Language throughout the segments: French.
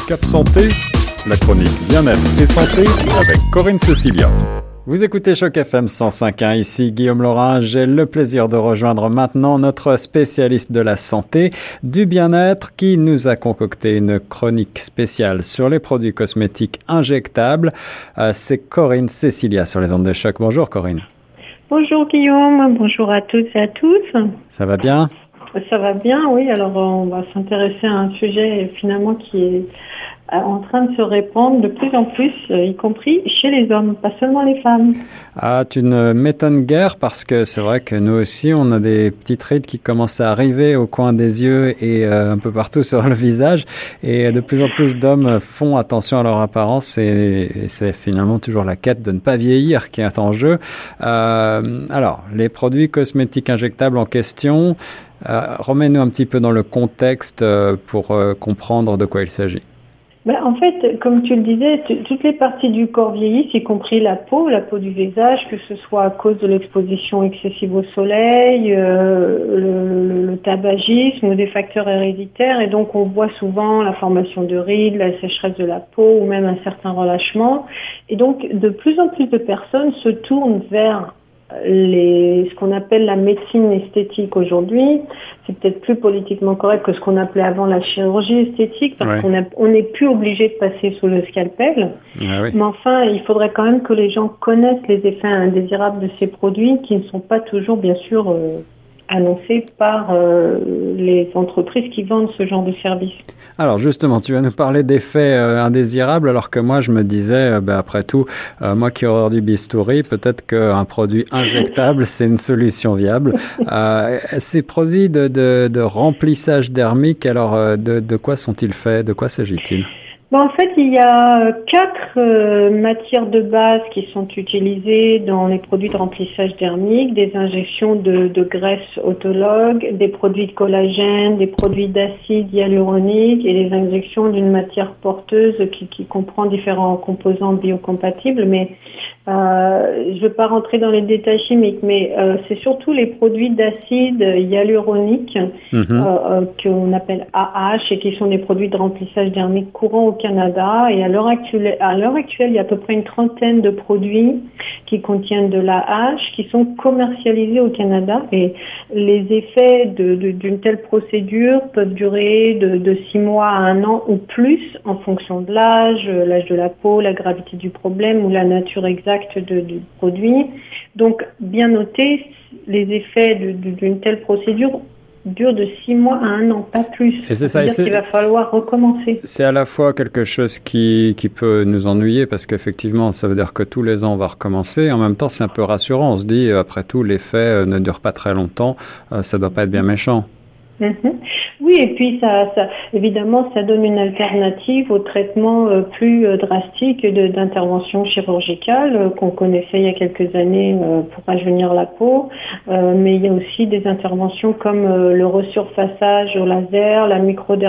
Cap Santé, la chronique bien-être et santé avec Corinne Cecilia. Vous écoutez Choc FM 105.1, ici Guillaume Laurin. J'ai le plaisir de rejoindre maintenant notre spécialiste de la santé, du bien-être, qui nous a concocté une chronique spéciale sur les produits cosmétiques injectables. C'est Corinne Cecilia sur les ondes de Choc. Bonjour Corinne. Bonjour Guillaume, bonjour à toutes et à tous. Ça va bien ? Ça va bien, oui. Alors on va s'intéresser à un sujet finalement qui est en train de se répandre de plus en plus, y compris chez les hommes, pas seulement les femmes. Ah, tu ne m'étonnes guère parce que c'est vrai que nous aussi, on a des petites rides qui commencent à arriver au coin des yeux et un peu partout sur le visage. Et de plus en plus d'hommes font attention à leur apparence et c'est finalement toujours la quête de ne pas vieillir qui est en jeu. Alors, les produits cosmétiques injectables en question, remets-nous un petit peu dans le contexte pour comprendre de quoi il s'agit. En fait, comme tu le disais, toutes les parties du corps vieillissent, y compris la peau du visage, que ce soit à cause de l'exposition excessive au soleil, le tabagisme ou des facteurs héréditaires. Et donc, on voit souvent la formation de rides, la sécheresse de la peau ou même un certain relâchement. Et donc, de plus en plus de personnes se tournent vers ce qu'on appelle la médecine esthétique aujourd'hui. C'est peut-être plus politiquement correct que ce qu'on appelait avant la chirurgie esthétique, parce qu'on n'est plus obligé de passer sous le scalpel. Mais enfin, il faudrait quand même que les gens connaissent les effets indésirables de ces produits qui ne sont pas toujours, bien sûr, annoncés par les entreprises qui vendent ce genre de service. Alors justement, tu vas nous parler d'effets indésirables, alors que moi je me disais, après tout, moi qui ai horreur du bistouri, peut-être qu'un produit injectable c'est une solution viable. Ces produits de remplissage dermique, alors de quoi sont-ils faits? De quoi s'agit-il? En fait, il y a 4 matières de base qui sont utilisées dans les produits de remplissage dermique, des injections de graisse autologue, des produits de collagène, des produits d'acide hyaluronique et des injections d'une matière porteuse qui comprend différents composants biocompatibles. Mais je ne veux pas rentrer dans les détails chimiques, mais c'est surtout les produits d'acide hyaluronique qu'on appelle AH et qui sont des produits de remplissage dermique courants au Canada. Et à l'heure actuelle, il y a à peu près une trentaine de produits qui contiennent de l'AH qui sont commercialisés au Canada. Et les effets d'une telle procédure peuvent durer de 6 mois à 1 an ou plus en fonction de l'âge de la peau, la gravité du problème ou la nature exacte du produit. Donc, bien noter, les effets d'une telle procédure durent de 6 mois à 1 an, pas plus. Et c'est ça, qu'il va falloir recommencer. C'est à la fois quelque chose qui peut nous ennuyer parce qu'effectivement, ça veut dire que tous les ans, on va recommencer. Et en même temps, c'est un peu rassurant. On se dit, après tout, l'effet ne dure pas très longtemps. Ça doit pas être bien méchant. Oui, et puis évidemment, ça donne une alternative au traitement plus drastique d'intervention chirurgicale qu'on connaissait il y a quelques années pour rajeunir la peau. Mais il y a aussi des interventions comme le resurfaçage au laser, la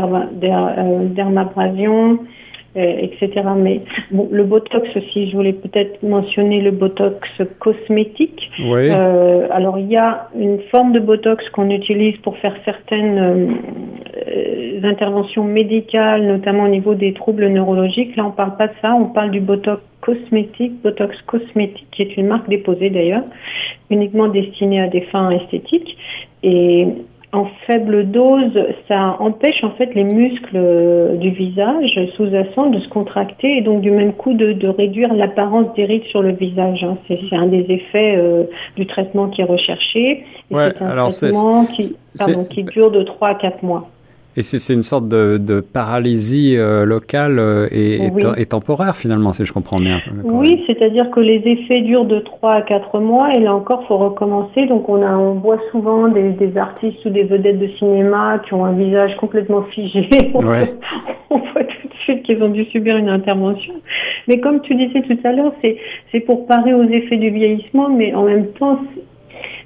microdermabrasion, etc. Mais bon, le Botox aussi, je voulais peut-être mentionner le Botox cosmétique. Oui. Alors, il y a une forme de Botox qu'on utilise pour faire certaines interventions médicales, notamment au niveau des troubles neurologiques. Là, on parle pas de ça, on parle du Botox cosmétique, qui est une marque déposée d'ailleurs, uniquement destinée à des fins esthétiques. Et en faible dose, ça empêche en fait les muscles du visage sous-jacents de se contracter et donc du même coup de réduire l'apparence des rides sur le visage. C'est un des effets du traitement qui est recherché. Et c'est un traitement qui dure de 3 à 4 mois. Et c'est une sorte de paralysie locale et temporaire finalement, si je comprends bien. Oui, c'est-à-dire que les effets durent de 3 à 4 mois et là encore, il faut recommencer. Donc on voit souvent des artistes ou des vedettes de cinéma qui ont un visage complètement figé. On voit tout de suite qu'ils ont dû subir une intervention. Mais comme tu disais tout à l'heure, c'est pour parer aux effets du vieillissement, mais en même temps,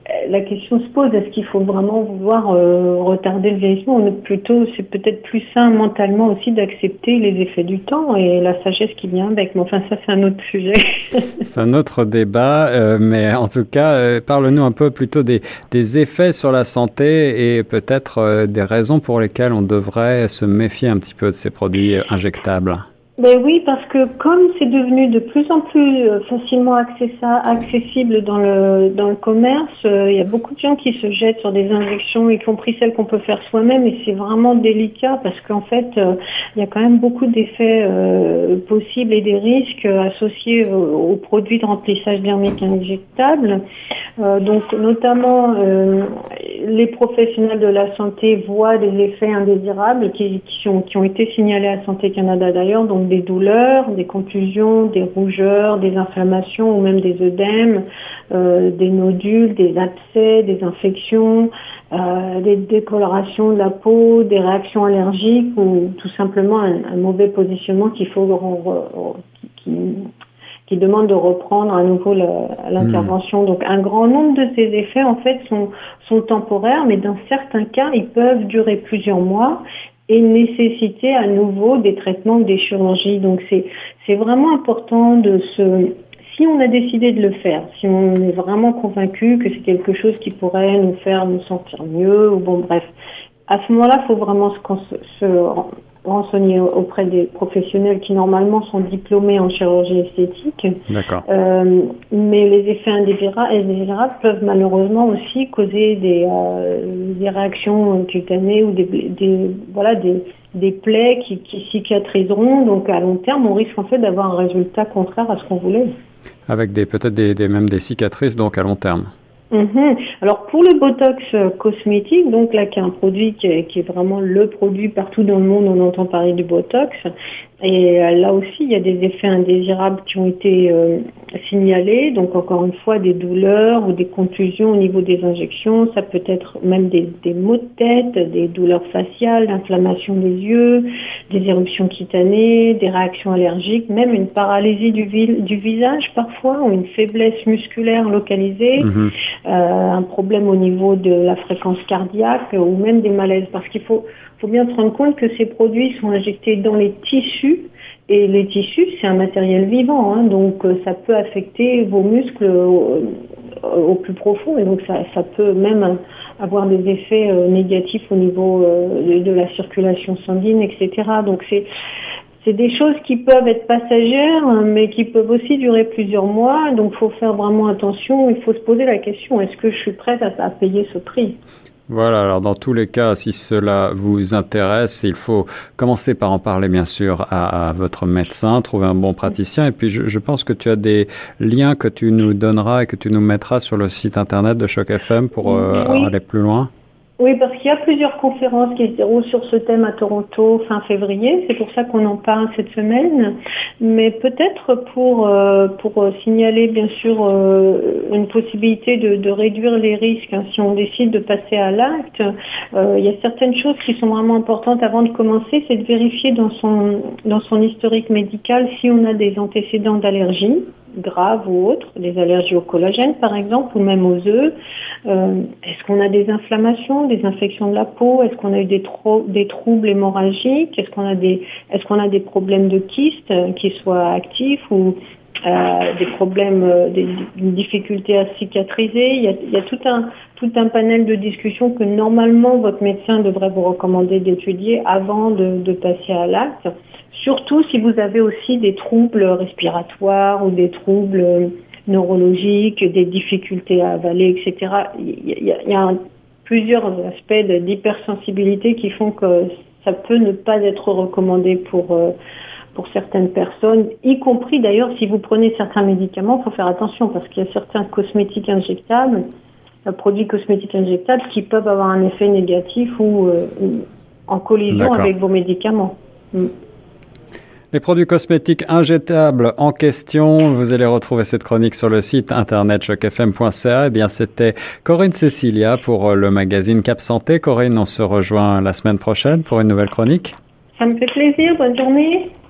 la question se pose, est-ce qu'il faut vraiment vouloir retarder le vieillissement, ou plutôt c'est peut-être plus sain mentalement aussi d'accepter les effets du temps et la sagesse qui vient avec. Mais enfin, ça c'est un autre sujet. C'est un autre débat, mais en tout cas, parle-nous un peu plutôt des effets sur la santé et peut-être des raisons pour lesquelles on devrait se méfier un petit peu de ces produits injectables. Ben oui, parce que comme c'est devenu de plus en plus facilement accessible dans le commerce, il y a beaucoup de gens qui se jettent sur des injections, y compris celles qu'on peut faire soi-même, et c'est vraiment délicat parce qu'en fait, il y a quand même beaucoup d'effets possibles et des risques associés aux produits de remplissage dermique injectables. Donc notamment, les professionnels de la santé voient des effets indésirables qui ont été signalés à Santé Canada d'ailleurs, donc des douleurs, des contusions, des rougeurs, des inflammations ou même des œdèmes, des nodules, des abcès, des infections, des décolorations de la peau, des réactions allergiques ou tout simplement un mauvais positionnement qui demande de reprendre à nouveau l'intervention. Donc un grand nombre de ces effets en fait sont temporaires, mais dans certains cas ils peuvent durer plusieurs mois et nécessiter à nouveau des traitements ou des chirurgies. Donc c'est vraiment important si on a décidé de le faire, si on est vraiment convaincu que c'est quelque chose qui pourrait nous faire nous sentir mieux, ou bon bref, à ce moment-là, il faut vraiment se renseigner auprès des professionnels qui normalement sont diplômés en chirurgie esthétique. D'accord. Mais les effets indésirables peuvent malheureusement aussi causer des réactions cutanées ou des plaies qui cicatriseront. Donc à long terme, on risque en fait d'avoir un résultat contraire à ce qu'on voulait. Avec peut-être même des cicatrices donc à long terme. Alors pour le Botox cosmétique, donc là qui est un produit qui est vraiment le produit partout dans le monde, on entend parler du Botox. Et là aussi, il y a des effets indésirables qui ont été signalés. Donc encore une fois, des douleurs ou des contusions au niveau des injections. Ça peut être même des maux de tête, des douleurs faciales, l'inflammation des yeux, des éruptions cutanées, des réactions allergiques, même une paralysie du visage parfois, ou une faiblesse musculaire localisée, un problème au niveau de la fréquence cardiaque ou même des malaises. Parce qu'il faut bien se rendre compte que ces produits sont injectés dans les tissus, et les tissus, c'est un matériel vivant, hein, donc ça peut affecter vos muscles au plus profond, et donc ça peut même avoir des effets négatifs au niveau de la circulation sanguine, etc. Donc c'est des choses qui peuvent être passagères, mais qui peuvent aussi durer plusieurs mois, donc il faut faire vraiment attention, il faut se poser la question, est-ce que je suis prête à payer ce prix ? Voilà, alors dans tous les cas, si cela vous intéresse, il faut commencer par en parler bien sûr à votre médecin, trouver un bon praticien, et puis je pense que tu as des liens que tu nous donneras et que tu nous mettras sur le site internet de Choc FM pour aller plus loin. Oui, parce qu'il y a plusieurs conférences qui se déroulent sur ce thème à Toronto fin février. C'est pour ça qu'on en parle cette semaine. Mais peut-être pour signaler bien sûr une possibilité de réduire les risques, hein, si on décide de passer à l'acte. Il y a certaines choses qui sont vraiment importantes avant de commencer, c'est de vérifier dans son historique médical si on a des antécédents d'allergie graves ou autres, des allergies au collagène par exemple, ou même aux œufs. Est-ce qu'on a des inflammations, des infections de la peau? Est-ce qu'on a eu des troubles hémorragiques? Est-ce qu'on a des problèmes de kystes qui soient actifs ou des problèmes, des difficultés à cicatriser? Il y a tout un panel de discussions que normalement votre médecin devrait vous recommander d'étudier avant de passer à l'acte. Surtout si vous avez aussi des troubles respiratoires ou des troubles neurologiques, des difficultés à avaler, etc. Il y a plusieurs aspects d'hypersensibilité qui font que ça peut ne pas être recommandé pour certaines personnes, y compris d'ailleurs si vous prenez certains médicaments, il faut faire attention parce qu'il y a certains cosmétiques injectables, produits cosmétiques injectables qui peuvent avoir un effet négatif ou en collision avec vos médicaments. Les produits cosmétiques injectables en question, vous allez retrouver cette chronique sur le site internet chocfm.ca. Eh bien, c'était Corinne Cecilia pour le magazine Cap Santé. Corinne, on se rejoint la semaine prochaine pour une nouvelle chronique. Ça me fait plaisir. Bonne journée.